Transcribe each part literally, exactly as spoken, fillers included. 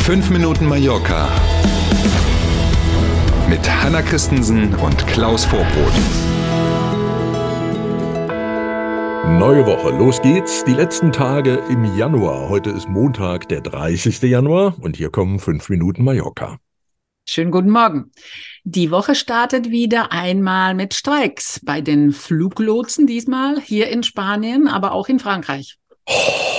fünf Minuten Mallorca mit Hanna Christensen und Klaus Vorbrot. Neue Woche, los geht's. Die letzten Tage im Januar. Heute ist Montag, der dreißigste Januar und hier kommen fünf Minuten Mallorca. Schönen guten Morgen. Die Woche startet wieder einmal mit Streiks bei den Fluglotsen diesmal hier in Spanien, aber auch in Frankreich. Oh,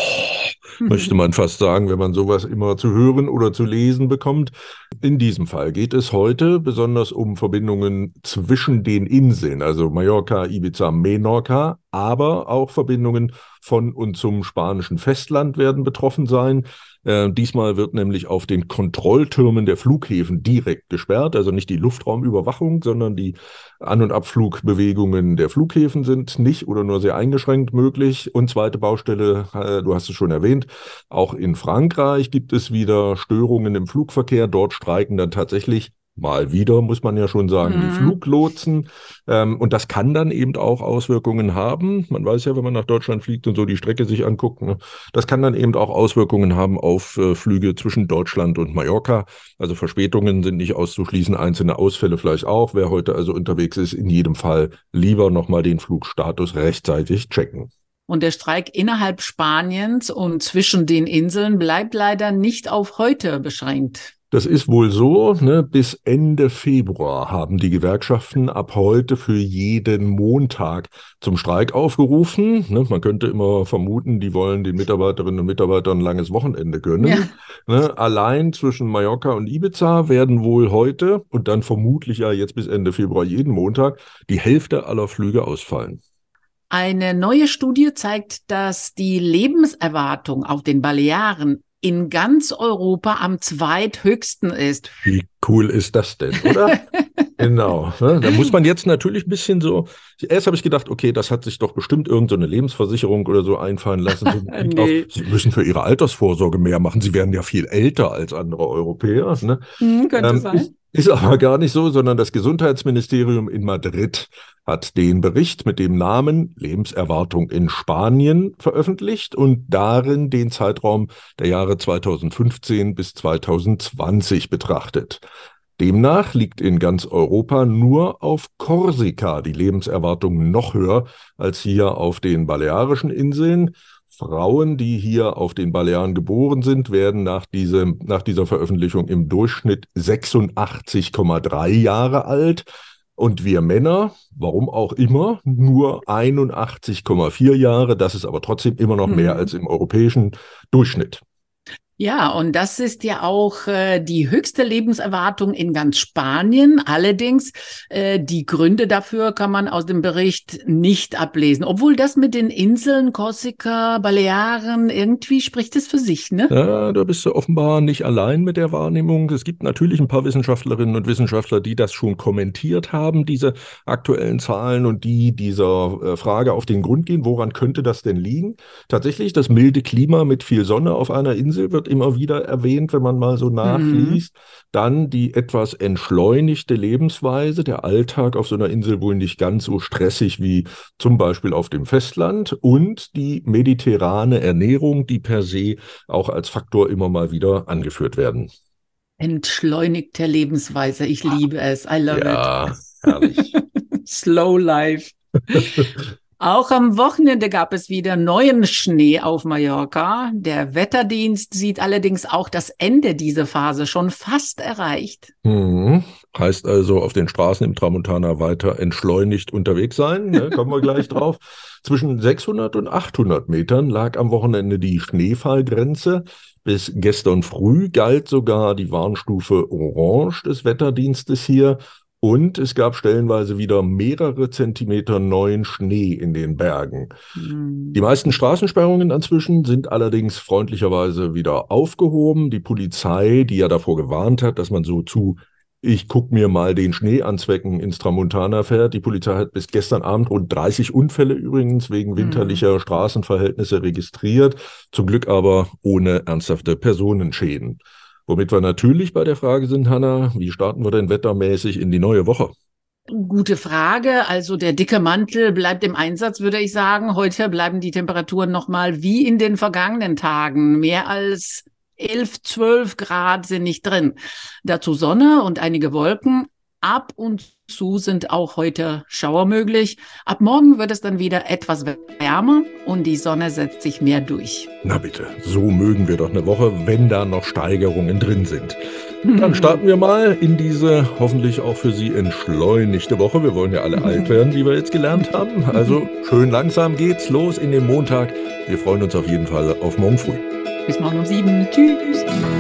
möchte man fast sagen, wenn man sowas immer zu hören oder zu lesen bekommt. In diesem Fall geht es heute besonders um Verbindungen zwischen den Inseln, also Mallorca, Ibiza, Menorca, aber auch Verbindungen von und zum spanischen Festland werden betroffen sein. Äh, diesmal wird nämlich auf den Kontrolltürmen der Flughäfen direkt gesperrt, also nicht die Luftraumüberwachung, sondern die An- und Abflugbewegungen der Flughäfen sind nicht oder nur sehr eingeschränkt möglich. Und zweite Baustelle, äh, du hast es schon erwähnt, auch in Frankreich gibt es wieder Störungen im Flugverkehr. Dort streiken dann tatsächlich mal wieder, muss man ja schon sagen, mhm. die Fluglotsen. Ähm, und das kann dann eben auch Auswirkungen haben. Man weiß ja, wenn man nach Deutschland fliegt und so die Strecke sich anguckt, ne, das kann dann eben auch Auswirkungen haben auf äh, Flüge zwischen Deutschland und Mallorca. Also Verspätungen sind nicht auszuschließen, einzelne Ausfälle vielleicht auch. Wer heute also unterwegs ist, in jedem Fall lieber nochmal den Flugstatus rechtzeitig checken. Und der Streik innerhalb Spaniens und zwischen den Inseln bleibt leider nicht auf heute beschränkt. Das ist wohl so, ne? Bis Ende Februar haben die Gewerkschaften ab heute für jeden Montag zum Streik aufgerufen. Ne? Man könnte immer vermuten, die wollen den Mitarbeiterinnen und Mitarbeitern ein langes Wochenende gönnen. Ja. Ne? Allein zwischen Mallorca und Ibiza werden wohl heute und dann vermutlich ja jetzt bis Ende Februar jeden Montag die Hälfte aller Flüge ausfallen. Eine neue Studie zeigt, dass die Lebenserwartung auf den Balearen in ganz Europa am zweithöchsten ist. Wie cool ist das denn, oder? Genau. Ne? Da muss man jetzt natürlich ein bisschen so, erst habe ich gedacht, okay, das hat sich doch bestimmt irgendeine so Lebensversicherung oder so einfallen lassen. So nee. Sie müssen für ihre Altersvorsorge mehr machen. Sie werden ja viel älter als andere Europäer. Ne? Hm, könnte ähm, sein. Ist, ist aber gar nicht so, sondern das Gesundheitsministerium in Madrid hat den Bericht mit dem Namen Lebenserwartung in Spanien veröffentlicht und darin den Zeitraum der Jahre zweitausendfünfzehn bis zweitausendzwanzig betrachtet. Demnach liegt in ganz Europa nur auf Korsika die Lebenserwartung noch höher als hier auf den Balearischen Inseln. Frauen, die hier auf den Balearen geboren sind, werden nach, diesem, nach dieser Veröffentlichung im Durchschnitt sechsundachtzig Komma drei Jahre alt. Und wir Männer, warum auch immer, nur einundachtzig Komma vier Jahre. Das ist aber trotzdem immer noch mehr als im europäischen Durchschnitt. Ja, und das ist ja auch äh, die höchste Lebenserwartung in ganz Spanien. Allerdings, äh, die Gründe dafür kann man aus dem Bericht nicht ablesen. Obwohl das mit den Inseln, Korsika, Balearen, irgendwie spricht es für sich, ne? Ja, da bist du offenbar nicht allein mit der Wahrnehmung. Es gibt natürlich ein paar Wissenschaftlerinnen und Wissenschaftler, die das schon kommentiert haben, diese aktuellen Zahlen und die dieser äh, Frage auf den Grund gehen. Woran könnte das denn liegen? Tatsächlich, das milde Klima mit viel Sonne auf einer Insel wird immer wieder erwähnt, wenn man mal so nachliest. Mhm. Dann die etwas entschleunigte Lebensweise, der Alltag auf so einer Insel wohl nicht ganz so stressig wie zum Beispiel auf dem Festland und die mediterrane Ernährung, die per se auch als Faktor immer mal wieder angeführt werden. Entschleunigte Lebensweise, ich liebe es, I love ja, it. Ja, herrlich. Slow life. Auch am Wochenende gab es wieder neuen Schnee auf Mallorca. Der Wetterdienst sieht allerdings auch das Ende dieser Phase schon fast erreicht. Hm. Heißt also auf den Straßen im Tramontana weiter entschleunigt unterwegs sein, ne? Kommen wir gleich drauf. Zwischen sechshundert und achthundert Metern lag am Wochenende die Schneefallgrenze. Bis gestern früh galt sogar die Warnstufe Orange des Wetterdienstes hier. Und es gab stellenweise wieder mehrere Zentimeter neuen Schnee in den Bergen. Mhm. Die meisten Straßensperrungen inzwischen sind allerdings freundlicherweise wieder aufgehoben. Die Polizei, die ja davor gewarnt hat, dass man so zu ich guck mir mal den Schnee an Zwecken ins Tramontana fährt. Die Polizei hat bis gestern Abend rund dreißig Unfälle übrigens wegen winterlicher mhm. Straßenverhältnisse registriert. Zum Glück aber ohne ernsthafte Personenschäden. Womit wir natürlich bei der Frage sind, Hanna, wie starten wir denn wettermäßig in die neue Woche? Gute Frage. Also der dicke Mantel bleibt im Einsatz, würde ich sagen. Heute bleiben die Temperaturen nochmal wie in den vergangenen Tagen. Mehr als elf, zwölf Grad sind nicht drin. Dazu Sonne und einige Wolken. Ab und zu sind auch heute Schauer möglich. Ab morgen wird es dann wieder etwas wärmer und die Sonne setzt sich mehr durch. Na bitte, so mögen wir doch eine Woche, wenn da noch Steigerungen drin sind. Dann starten wir mal in diese hoffentlich auch für Sie entschleunigte Woche. Wir wollen ja alle alt werden, wie wir jetzt gelernt haben. Also schön langsam geht's los in den Montag. Wir freuen uns auf jeden Fall auf morgen früh. Bis morgen um sieben. Tschüss.